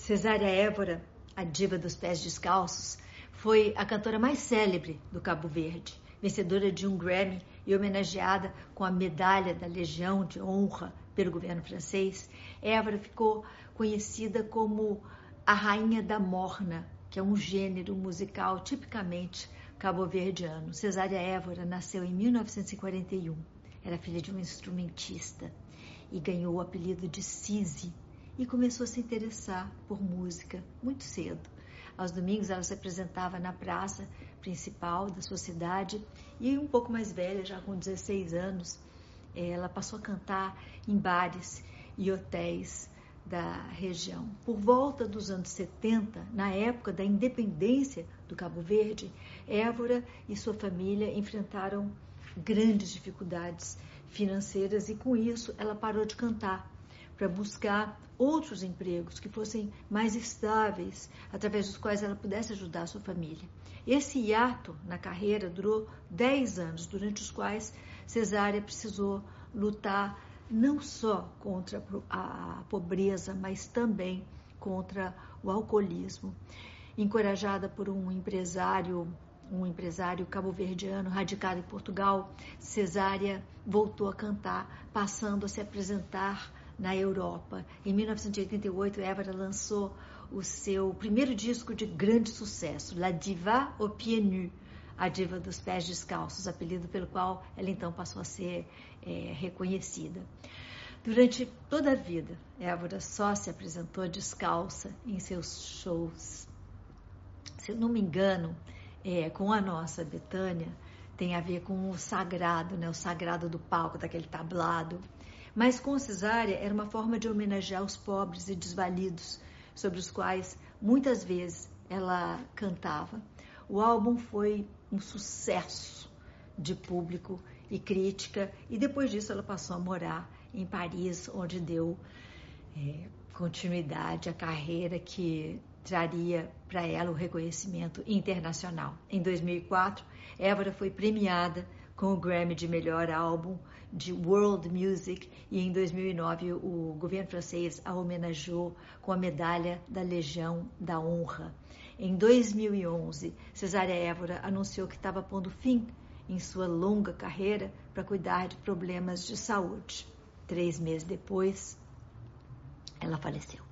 Cesária Évora, a diva dos pés descalços, foi a cantora mais célebre do Cabo Verde, vencedora de um Grammy e homenageada com a medalha da Legião de Honra pelo governo francês. Évora ficou conhecida como a Rainha da Morna, que é um gênero musical tipicamente cabo-verdiano. Cesária Évora nasceu em 1941, era filha de um instrumentista e ganhou o apelido de Sisi e começou a se interessar por música muito cedo. Aos domingos ela se apresentava na praça principal da sua cidade e um pouco mais velha, já com 16 anos, ela passou a cantar em bares e hotéis da região. Por volta dos anos 70, na época da independência do Cabo Verde, Évora e sua família enfrentaram grandes dificuldades financeiras e com isso ela parou de cantar para buscar outros empregos que fossem mais estáveis, através dos quais ela pudesse ajudar a sua família. Esse hiato na carreira durou 10 anos, durante os quais Cesária precisou lutar não só contra a pobreza, mas também contra o alcoolismo. Encorajada por um empresário cabo-verdiano radicado em Portugal, Cesária voltou a cantar, passando a se apresentar na Europa. Em 1988, Évora lançou o seu primeiro disco de grande sucesso, La Diva aux Pieds Nus, a diva dos pés descalços, apelido pelo qual ela então passou a ser reconhecida. Durante toda a vida, Évora só se apresentou descalça em seus shows. Se eu não me engano, com a nossa Bethânia, tem a ver com o sagrado, né? O sagrado do palco, daquele tablado. Mas com Cesária era uma forma de homenagear os pobres e desvalidos, sobre os quais muitas vezes ela cantava. O álbum foi um sucesso de público e crítica, e depois disso ela passou a morar em Paris, onde deu continuidade à carreira que traria para ela o reconhecimento internacional. Em 2004, Évora foi premiada com o Grammy de melhor álbum de World Music, e em 2009 o governo francês a homenageou com a medalha da Legião da Honra. Em 2011, Cesária Évora anunciou que estava pondo fim em sua longa carreira para cuidar de problemas de saúde. 3 meses depois, ela faleceu.